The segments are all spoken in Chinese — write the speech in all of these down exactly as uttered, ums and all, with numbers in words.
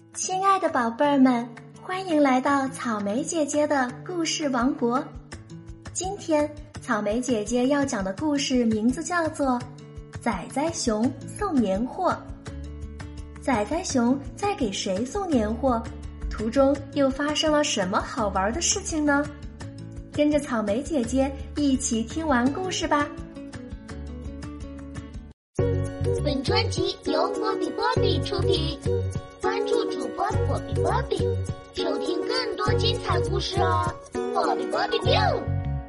亲爱的宝贝儿们，欢迎来到草莓姐姐的故事王国。今天草莓姐姐要讲的故事名字叫做《仔仔熊送年货》。仔仔熊在给谁送年货？途中又发生了什么好玩的事情呢？跟着草莓姐姐一起听完故事吧。 本专辑由波比波比出品，关注主播波比波比，收听更多精彩故事哦！波比波比 biu。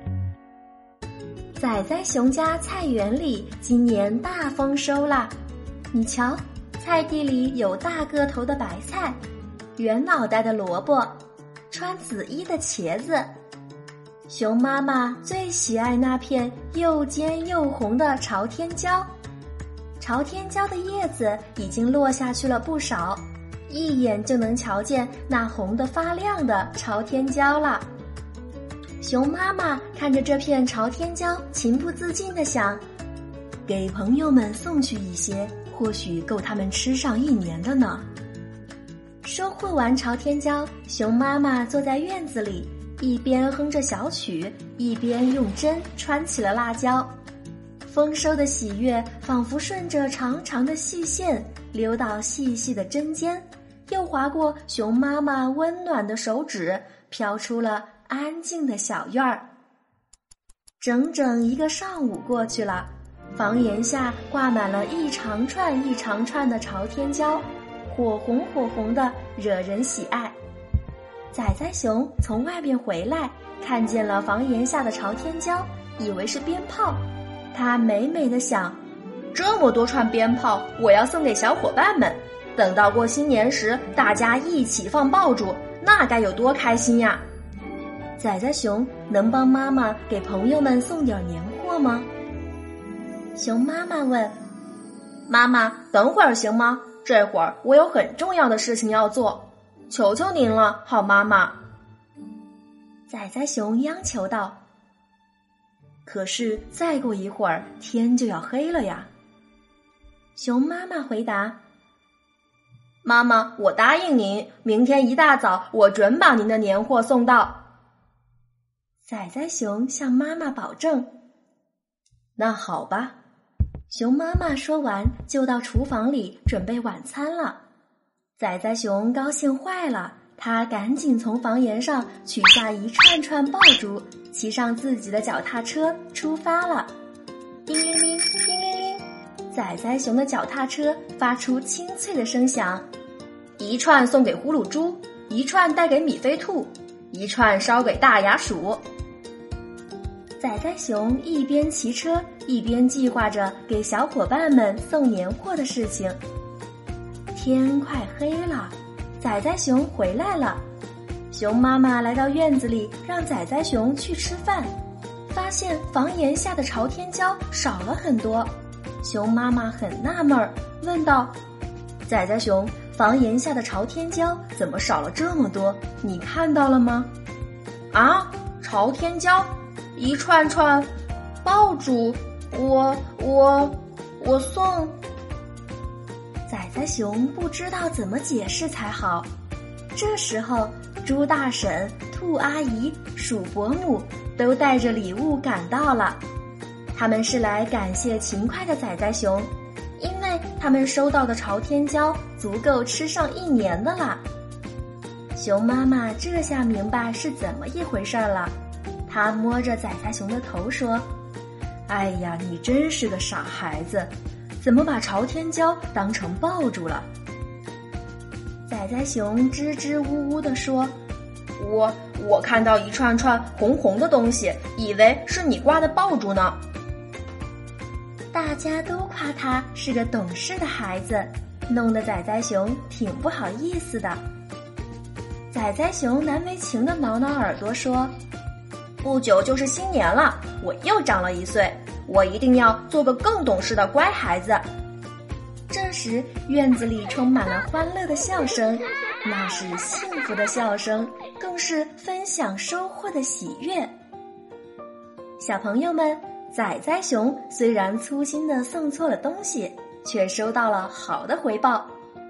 仔仔熊家菜园里今年大丰收啦！你瞧，菜地里有大个头的白菜，圆脑袋的萝卜，穿紫衣的茄子。熊妈妈最喜爱那片又尖又红的朝天椒。朝天椒的叶子已经落下去了不少，一眼就能瞧见那红得发亮的朝天椒了。熊妈妈看着这片朝天椒，情不自禁地想，给朋友们送去一些，或许够他们吃上一年的呢。收获完朝天椒，熊妈妈坐在院子里，一边哼着小曲，一边用针穿起了辣椒。丰收的喜悦仿佛顺着长长的细线流到细细的针尖，又划过熊妈妈温暖的手指，飘出了安静的小院儿。整整一个上午过去了，房檐下挂满了一长串一长串的朝天椒，火红火红的，惹人喜爱。仔仔熊从外边回来，看见了房檐下的朝天椒，以为是鞭炮。他美美地想，这么多串鞭炮，我要送给小伙伴们，等到过新年时，大家一起放爆竹，那该有多开心呀！仔仔熊能帮妈妈给朋友们送点年货吗？熊妈妈问。妈妈，等会儿行吗？这会儿我有很重要的事情要做，求求您了，好妈妈。仔仔熊央求道。可是再过一会儿天就要黑了呀。熊妈妈回答，妈妈，我答应您，明天一大早我准把您的年货送到。仔仔熊向妈妈保证。那好吧。熊妈妈说完就到厨房里准备晚餐了。仔仔熊高兴坏了，他赶紧从房檐上取下一串串爆竹，骑上自己的脚踏车出发了。叮铃铃，叮铃铃，仔仔熊的脚踏车发出清脆的声响。一串送给呼噜猪，一串带给米菲兔，一串捎给大牙鼠。仔仔熊一边骑车一边计划着给小伙伴们送年货的事情。天快黑了，仔仔熊回来了。熊妈妈来到院子里，让仔仔熊去吃饭，发现房檐下的朝天椒少了很多。熊妈妈很纳闷儿，问道，仔仔熊，房檐下的朝天椒怎么少了这么多？你看到了吗？啊，朝天椒，一串串爆竹，我我我送。仔仔熊不知道怎么解释才好。这时候猪大婶、兔阿姨、鼠伯母都带着礼物赶到了。他们是来感谢勤快的仔仔熊，因为他们收到的朝天椒足够吃上一年的啦。熊妈妈这下明白是怎么一回事了，她摸着仔仔熊的头说，哎呀，你真是个傻孩子，怎么把朝天椒当成爆竹了？仔仔熊支支吾吾地说，我我看到一串串红红的东西，以为是你挂的爆竹呢。大家都夸他是个懂事的孩子，弄得仔仔熊挺不好意思的。仔仔熊难为情地挠挠耳朵说，不久就是新年了，我又长了一岁，我一定要做个更懂事的乖孩子。这时院子里充满了欢乐的笑声，那是幸福的笑声，更是分享收获的喜悦。小朋友们，仔仔熊虽然粗心地送错了东西，却收到了好的回报。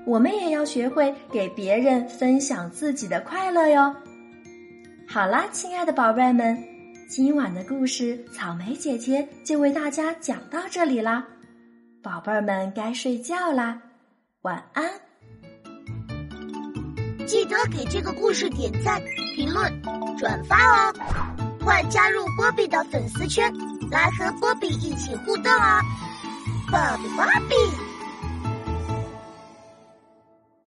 我们也要学会给别人分享自己的快乐哟。好啦，亲爱的宝贝们，今晚的故事草莓姐姐就为大家讲到这里啦。宝贝们该睡觉啦，晚安。 记得给这个故事点赞、评论、转发哦！快加入波比的粉丝圈，来和波比一起互动哦！波比波比。